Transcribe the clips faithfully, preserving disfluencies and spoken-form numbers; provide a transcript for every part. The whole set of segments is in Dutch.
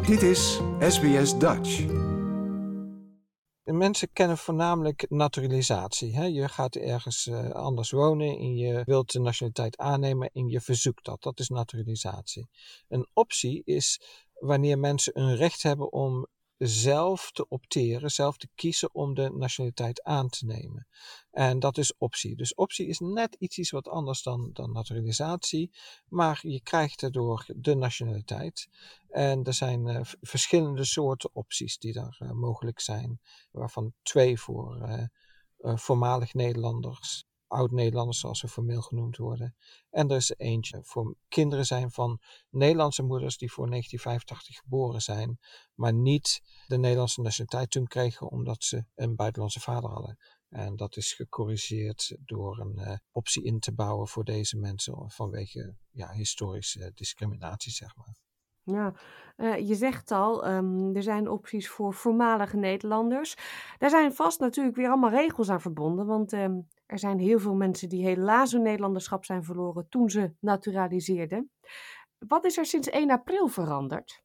Dit is S B S Dutch. Mensen kennen voornamelijk naturalisatie. Hè? Je gaat ergens uh, anders wonen en je wilt de nationaliteit aannemen en je verzoekt dat. Dat is naturalisatie. Een optie is wanneer mensen een recht hebben om zelf te opteren, zelf te kiezen om de nationaliteit aan te nemen. En dat is optie. Dus optie is net iets wat anders dan, dan naturalisatie, maar je krijgt daardoor de nationaliteit. En er zijn uh, v- verschillende soorten opties die daar uh, mogelijk zijn, waarvan twee voor uh, uh, voormalig Nederlanders, oud-Nederlanders zoals ze formeel genoemd worden. En er is eentje voor kinderen zijn van Nederlandse moeders die voor negentien vijfentachtig geboren zijn, maar niet de Nederlandse nationaliteit toen kregen omdat ze een buitenlandse vader hadden. En dat is gecorrigeerd door een uh, optie in te bouwen voor deze mensen vanwege ja, historische discriminatie, zeg maar. Ja, uh, je zegt al, um, er zijn opties voor voormalige Nederlanders. Daar zijn vast natuurlijk weer allemaal regels aan verbonden, want um, er zijn heel veel mensen die helaas hun Nederlanderschap zijn verloren toen ze naturaliseerden. Wat is er sinds één april veranderd?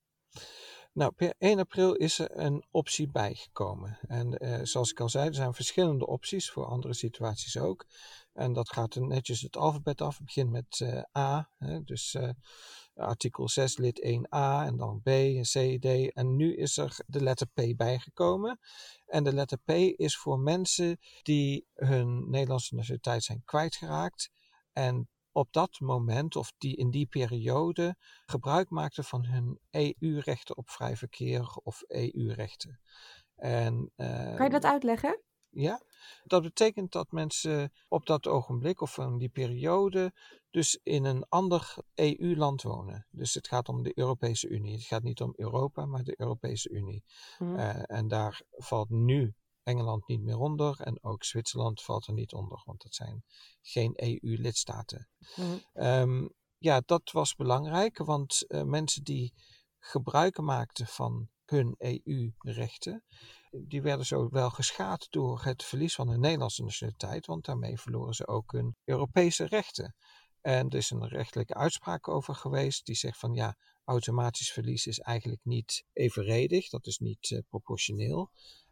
Nou, per één april is er een optie bijgekomen. En uh, zoals ik al zei, er zijn verschillende opties, voor andere situaties ook. En dat gaat er netjes het alfabet af. Het begint met uh, A, hè, dus uh, artikel zes lid één a en dan B en C, D. En nu is er de letter P bijgekomen. En de letter P is voor mensen die hun Nederlandse nationaliteit zijn kwijtgeraakt en op dat moment, of die in die periode, gebruik maakten van hun E U-rechten op vrij verkeer of E U-rechten. En, uh, Kan je dat uitleggen? Ja, dat betekent dat mensen op dat ogenblik of in die periode dus in een ander E U-land wonen. Dus het gaat om de Europese Unie. Het gaat niet om Europa, maar de Europese Unie. Mm-hmm. Uh, en daar valt nu Engeland niet meer onder en ook Zwitserland valt er niet onder, want dat zijn geen E U-lidstaten. Mm-hmm. Um, ja, dat was belangrijk, want uh, mensen die gebruik maakten van hun E U-rechten, die werden zo wel geschaad door het verlies van hun Nederlandse nationaliteit, want daarmee verloren ze ook hun Europese rechten. En er is een rechtelijke uitspraak over geweest die zegt van ja, automatisch verlies is eigenlijk niet evenredig, dat is niet uh, proportioneel.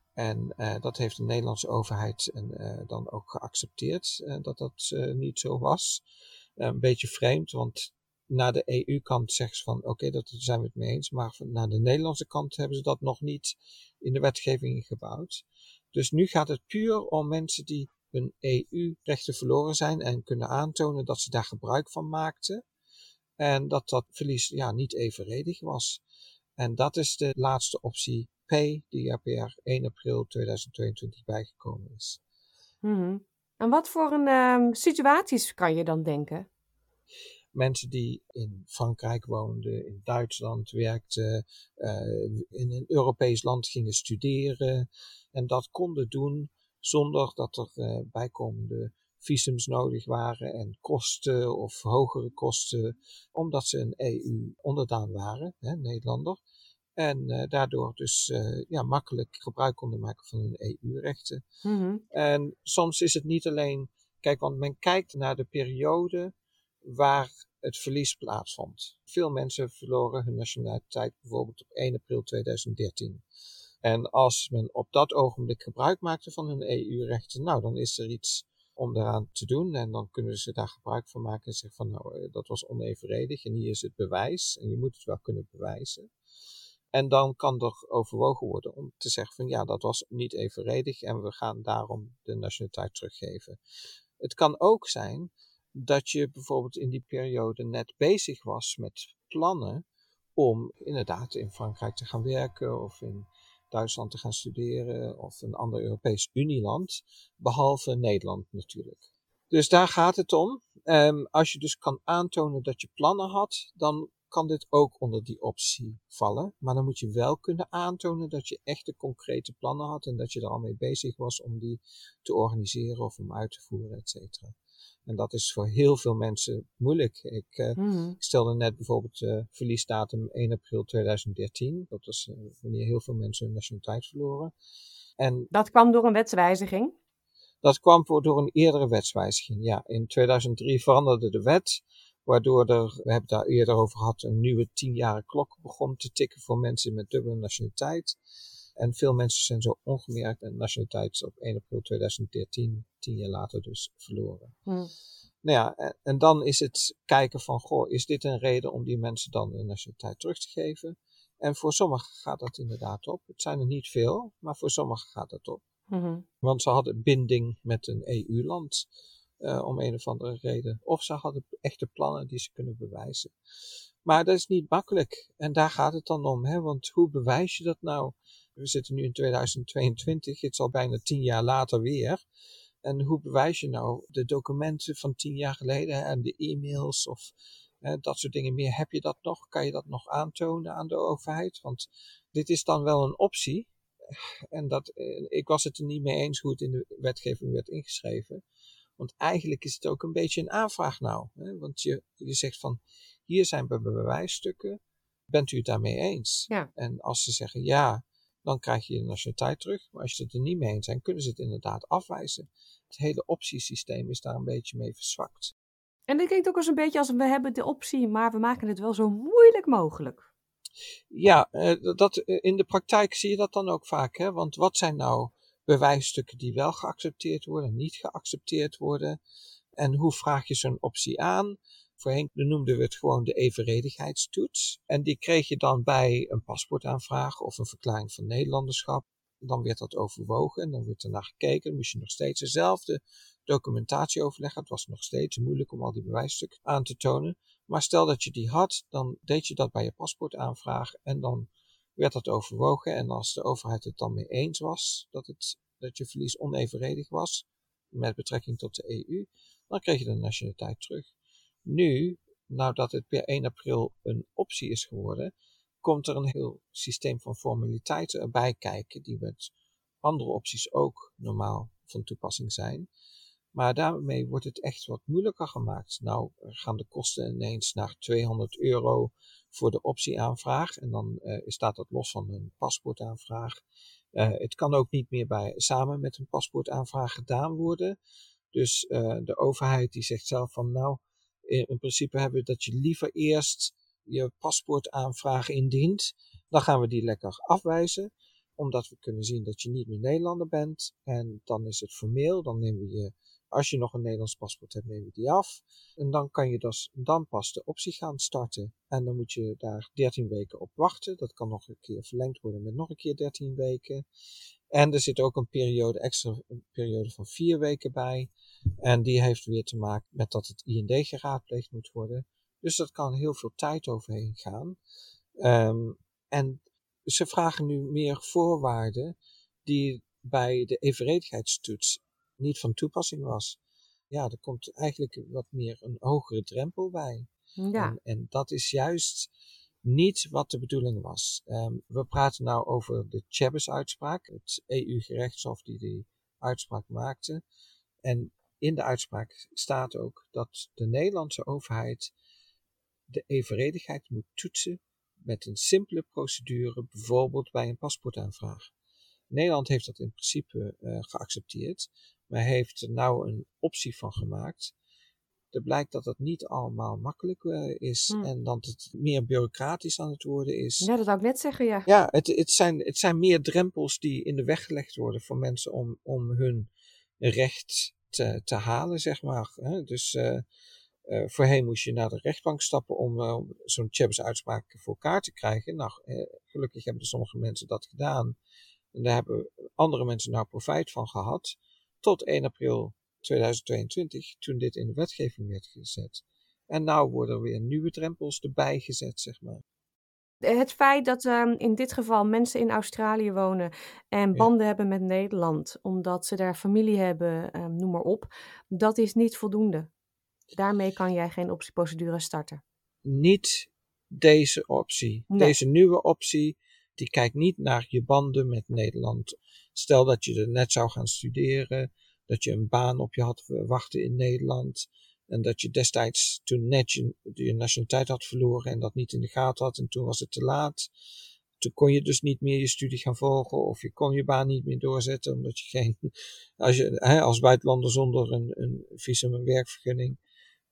En uh, dat heeft de Nederlandse overheid uh, dan ook geaccepteerd, uh, dat dat uh, niet zo was. Uh, een beetje vreemd, want naar de E U-kant zeggen ze van oké, okay, daar zijn we het mee eens, maar naar de Nederlandse kant hebben ze dat nog niet in de wetgeving gebouwd. Dus nu gaat het puur om mensen die hun E U-rechten verloren zijn en kunnen aantonen dat ze daar gebruik van maakten en dat dat verlies ja, niet evenredig was. En dat is de laatste optie P die er per één april tweeduizend tweeëntwintig bijgekomen is. Mm-hmm. En wat voor een uh, situaties kan je dan denken? Mensen die in Frankrijk woonden, in Duitsland werkten, uh, in een Europees land gingen studeren en dat konden doen zonder dat er uh, bijkomende visums nodig waren en kosten of hogere kosten, omdat ze een E U-onderdaan waren, hè, Nederlander. En uh, daardoor dus uh, ja, makkelijk gebruik konden maken van hun E U-rechten. Mm-hmm. En soms is het niet alleen, kijk, want men kijkt naar de periode waar het verlies plaatsvond. Veel mensen verloren hun nationaliteit bijvoorbeeld op één april tweeduizend dertien. En als men op dat ogenblik gebruik maakte van hun E U-rechten, nou, dan is er iets om daaraan te doen. En dan kunnen ze daar gebruik van maken en zeggen van, nou, dat was onevenredig en hier is het bewijs. En je moet het wel kunnen bewijzen. En dan kan er overwogen worden om te zeggen van, ja, dat was niet evenredig en we gaan daarom de nationaliteit teruggeven. Het kan ook zijn dat je bijvoorbeeld in die periode net bezig was met plannen om inderdaad in Frankrijk te gaan werken of in Duitsland te gaan studeren of een ander Europees Unieland, behalve Nederland natuurlijk. Dus daar gaat het om. Um, als je dus kan aantonen dat je plannen had, dan kan dit ook onder die optie vallen. Maar dan moet je wel kunnen aantonen dat je echte concrete plannen had en dat je er al mee bezig was om die te organiseren of om uit te voeren, et cetera. En dat is voor heel veel mensen moeilijk. Ik, uh, mm-hmm. ik stelde net bijvoorbeeld uh, verliesdatum één april tweeduizend dertien. Dat was uh, wanneer heel veel mensen hun nationaliteit verloren. En dat kwam door een wetswijziging? Dat kwam voor, door een eerdere wetswijziging. Ja, in tweeduizend drie veranderde de wet, Waardoor er, we hebben het daar eerder over gehad, een nieuwe tienjarige klok begon te tikken voor mensen met dubbele nationaliteit. En veel mensen zijn zo ongemerkt de nationaliteit op één april tweeduizend dertien, tien jaar later dus, verloren. Hm. Nou ja, en, en dan is het kijken van, goh, is dit een reden om die mensen dan de nationaliteit terug te geven? En voor sommigen gaat dat inderdaad op. Het zijn er niet veel, maar voor sommigen gaat dat op. Mm-hmm. Want ze hadden binding met een E U-land uh, om een of andere reden. Of ze hadden echte plannen die ze kunnen bewijzen. Maar dat is niet makkelijk. En daar gaat het dan om. Hè? Want hoe bewijs je dat nou? We zitten nu in tweeduizend tweeëntwintig. Het is al bijna tien jaar later weer. En hoe bewijs je nou de documenten van tien jaar geleden? Hè? En de e-mails of hè, dat soort dingen meer. Heb je dat nog? Kan je dat nog aantonen aan de overheid? Want dit is dan wel een optie. En dat, ik was het er niet mee eens hoe het in de wetgeving werd ingeschreven. Want eigenlijk is het ook een beetje een aanvraag nou. Hè? Want je, je zegt van, hier zijn be- bewijsstukken. Bent u het daarmee eens? Ja. En als ze zeggen ja, dan krijg je je nationaliteit terug. Maar als je het er niet mee eens zijn, kunnen ze het inderdaad afwijzen. Het hele optiesysteem is daar een beetje mee verzwakt. En dit klinkt ook als een beetje als we hebben de optie, maar we maken het wel zo moeilijk mogelijk. Ja, dat, in de praktijk zie je dat dan ook vaak. Hè? Want wat zijn nou bewijsstukken die wel geaccepteerd worden, niet geaccepteerd worden? En hoe vraag je zo'n optie aan? Voorheen noemden we het gewoon de evenredigheidstoets. En die kreeg je dan bij een paspoortaanvraag of een verklaring van Nederlanderschap. Dan werd dat overwogen en dan werd er naar gekeken. Dan moest je nog steeds dezelfde documentatie overleggen. Het was nog steeds moeilijk om al die bewijsstukken aan te tonen. Maar stel dat je die had, dan deed je dat bij je paspoortaanvraag en dan werd dat overwogen. En als de overheid het dan mee eens was dat, het, dat je verlies onevenredig was met betrekking tot de E U, dan kreeg je de nationaliteit terug. Nu, nadat het per één april een optie is geworden, komt er een heel systeem van formaliteiten erbij kijken, die met andere opties ook normaal van toepassing zijn. Maar daarmee wordt het echt wat moeilijker gemaakt. Nou gaan de kosten ineens naar tweehonderd euro voor de optieaanvraag. En dan uh, staat dat los van een paspoortaanvraag. Uh, het kan ook niet meer bij, samen met een paspoortaanvraag gedaan worden. Dus uh, de overheid die zegt zelf van nou, in, in principe hebben we dat je liever eerst je paspoortaanvraag indient. Dan gaan we die lekker afwijzen. Omdat we kunnen zien dat je niet meer Nederlander bent. En dan is het formeel. Dan nemen we je, als je nog een Nederlands paspoort hebt, nemen we die af. En dan kan je dus, dan pas de optie gaan starten. En dan moet je daar dertien weken op wachten. Dat kan nog een keer verlengd worden met nog een keer dertien weken. En er zit ook een periode, extra een periode van vier weken bij. En die heeft weer te maken met dat het I N D geraadpleegd moet worden. Dus dat kan heel veel tijd overheen gaan. Um, en ze vragen nu meer voorwaarden die bij de evenredigheidstoets niet van toepassing was. Ja, er komt eigenlijk wat meer een hogere drempel bij. Ja. En, en dat is juist niet wat de bedoeling was. Um, we praten nou over de Chebus-uitspraak, het E U-gerechtshof die die uitspraak maakte. En in de uitspraak staat ook dat de Nederlandse overheid de evenredigheid moet toetsen met een simpele procedure, bijvoorbeeld bij een paspoortaanvraag. Nederland heeft dat in principe uh, geaccepteerd, maar heeft er nou een optie van gemaakt. Er blijkt dat het niet allemaal makkelijk uh, is hm. en dat het meer bureaucratisch aan het worden is. Ja, dat zou ik net zeggen, ja. Ja, het, het, zijn, het zijn meer drempels die in de weg gelegd worden voor mensen om, om hun recht te, te halen, zeg maar. Hè? Dus uh, uh, voorheen moest je naar de rechtbank stappen om uh, zo'n Chebus-uitspraak voor elkaar te krijgen. Nou, uh, gelukkig hebben sommige mensen dat gedaan. En daar hebben andere mensen nou profijt van gehad. Tot één april tweeduizend tweeëntwintig, toen dit in de wetgeving werd gezet. En nou worden er weer nieuwe drempels erbij gezet, zeg maar. Het feit dat um, in dit geval mensen in Australië wonen en banden ja. hebben met Nederland, omdat ze daar familie hebben, um, noem maar op, dat is niet voldoende. Daarmee kan jij geen optieprocedure starten. Niet deze optie. Nee. Deze nieuwe optie, die kijkt niet naar je banden met Nederland. Stel dat je er net zou gaan studeren, dat je een baan op je had wachten in Nederland en dat je destijds toen net je, je nationaliteit had verloren en dat niet in de gaten had en toen was het te laat. Toen kon je dus niet meer je studie gaan volgen of je kon je baan niet meer doorzetten omdat je geen, als je hè, als buitenlander zonder een, een visum en werkvergunning,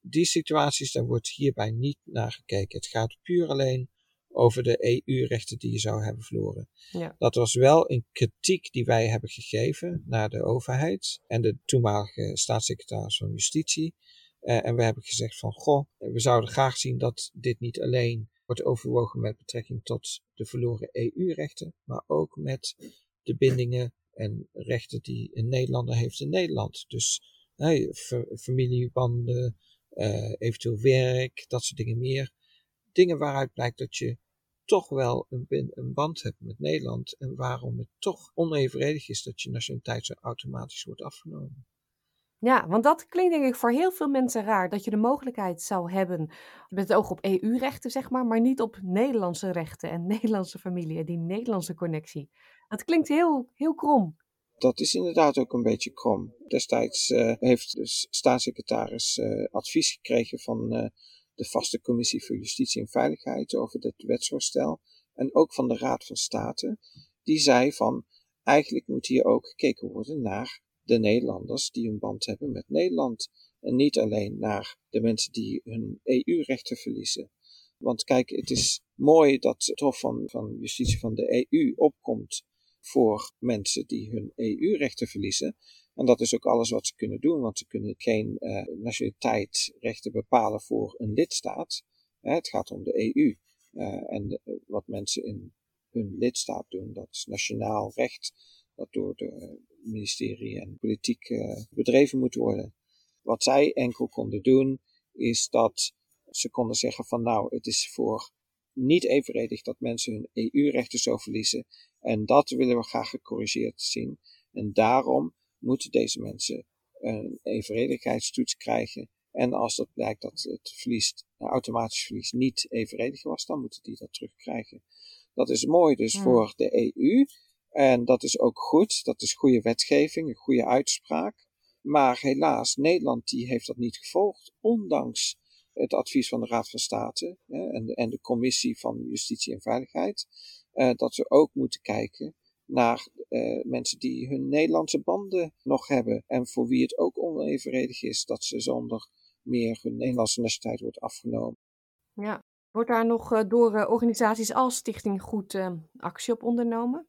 Die situaties, daar wordt hierbij niet naar gekeken. Het gaat puur alleen over de E U-rechten die je zou hebben verloren. Ja. Dat was wel een kritiek die wij hebben gegeven naar de overheid en de toenmalige staatssecretaris van Justitie. Uh, en we hebben gezegd van, goh, we zouden graag zien dat dit niet alleen wordt overwogen met betrekking tot de verloren E U-rechten, maar ook met de bindingen en rechten die een Nederlander heeft in Nederland. Dus hey, f- familiebanden, uh, eventueel werk, dat soort dingen meer. Dingen waaruit blijkt dat je toch wel een, een band hebt met Nederland en waarom het toch onevenredig is dat je nationaliteit zo automatisch wordt afgenomen. Ja, want dat klinkt denk ik voor heel veel mensen raar, dat je de mogelijkheid zou hebben met het oog op E U-rechten, zeg maar, maar niet op Nederlandse rechten en Nederlandse familie en die Nederlandse connectie. Dat klinkt heel, heel krom. Dat is inderdaad ook een beetje krom. Destijds uh, heeft de staatssecretaris uh, advies gekregen van uh, de vaste commissie voor justitie en veiligheid over dit wetsvoorstel en ook van de Raad van State. Die zei van, eigenlijk moet hier ook gekeken worden naar de Nederlanders die een band hebben met Nederland. En niet alleen naar de mensen die hun E U-rechten verliezen. Want kijk, het is mooi dat het Hof van, van Justitie van de E U opkomt voor mensen die hun E U-rechten verliezen. En dat is ook alles wat ze kunnen doen, want ze kunnen geen uh, nationaliteitsrechten bepalen voor een lidstaat. Uh, het gaat om de E U. Uh, en de, wat mensen in hun lidstaat doen, dat is nationaal recht, dat door de ministerie en politiek uh, bedreven moet worden. Wat zij enkel konden doen, is dat ze konden zeggen van nou, het is voor niet evenredig dat mensen hun E U-rechten zo verliezen. En dat willen we graag gecorrigeerd zien. En daarom moeten deze mensen een evenredigheidstoets krijgen. En als dat blijkt dat het verlies, automatisch verlies niet evenredig was, dan moeten die dat terugkrijgen. Dat is mooi dus hmm. voor de E U. En dat is ook goed. Dat is goede wetgeving, een goede uitspraak. Maar helaas, Nederland die heeft dat niet gevolgd, ondanks het advies van de Raad van State hè, en, de, en de Commissie van Justitie en Veiligheid. Uh, dat we ook moeten kijken naar uh, mensen die hun Nederlandse banden nog hebben. En voor wie het ook onevenredig is dat ze zonder meer hun Nederlandse nationaliteit wordt afgenomen. Ja, wordt daar nog uh, door uh, organisaties als Stichting Goed uh, actie op ondernomen?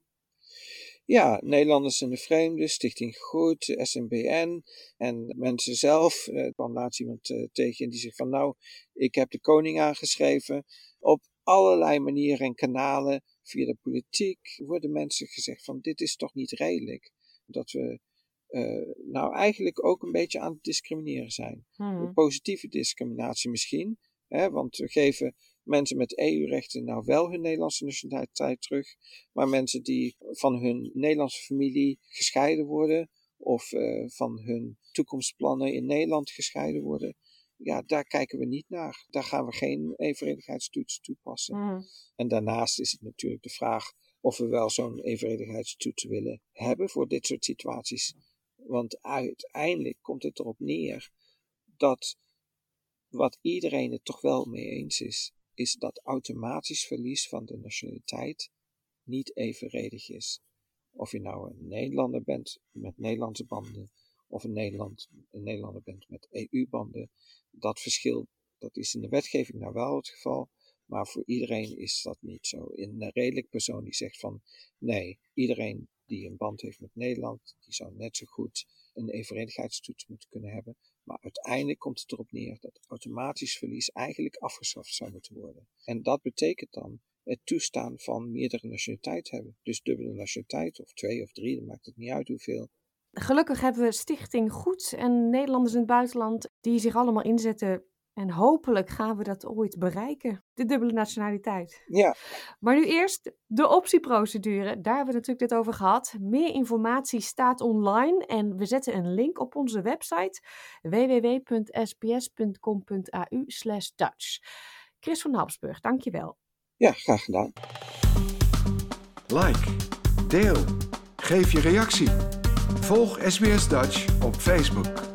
Ja, Nederlanders in de Vreemde, Stichting Goed, S N B N en mensen zelf. Er uh, kwam laatst iemand uh, tegen en die zegt van nou, ik heb de koning aangeschreven. Op allerlei manieren en kanalen, via de politiek, worden mensen gezegd van dit is toch niet redelijk. Dat we uh, nou eigenlijk ook een beetje aan het discrimineren zijn. Hmm. Positieve discriminatie misschien, hè, want we geven mensen met E U-rechten nou wel hun Nederlandse nationaliteit terug, maar mensen die van hun Nederlandse familie gescheiden worden of uh, van hun toekomstplannen in Nederland gescheiden worden, ja, daar kijken we niet naar. Daar gaan we geen evenredigheidstoets toepassen. Mm. En daarnaast is het natuurlijk de vraag of we wel zo'n evenredigheidstoets willen hebben voor dit soort situaties. Want uiteindelijk komt het erop neer dat wat iedereen het toch wel mee eens is, is dat automatisch verlies van de nationaliteit niet evenredig is. Of je nou een Nederlander bent met Nederlandse banden, of een, Nederland, een Nederlander bent met E U-banden, dat verschil, dat is in de wetgeving nou wel het geval, maar voor iedereen is dat niet zo. Een redelijk persoon die zegt van, nee, iedereen die een band heeft met Nederland, die zou net zo goed een evenredigheidstoets moeten kunnen hebben. Maar uiteindelijk komt het erop neer dat automatisch verlies eigenlijk afgeschaft zou moeten worden. En dat betekent dan het toestaan van meerdere nationaliteit hebben. Dus dubbele nationaliteit, of twee of drie, dan maakt het niet uit hoeveel. Gelukkig hebben we Stichting Goed en Nederlanders in het buitenland die zich allemaal inzetten. En hopelijk gaan we dat ooit bereiken, de dubbele nationaliteit. Ja. Maar nu eerst de optieprocedure. Daar hebben we natuurlijk dit over gehad. Meer informatie staat online en we zetten een link op onze website w w w punt s b s punt com punt a u slash Dutch. Chris van Habsburg, dankjewel. Ja, graag gedaan. Like, deel, geef je reactie. Volg S B S Dutch op Facebook.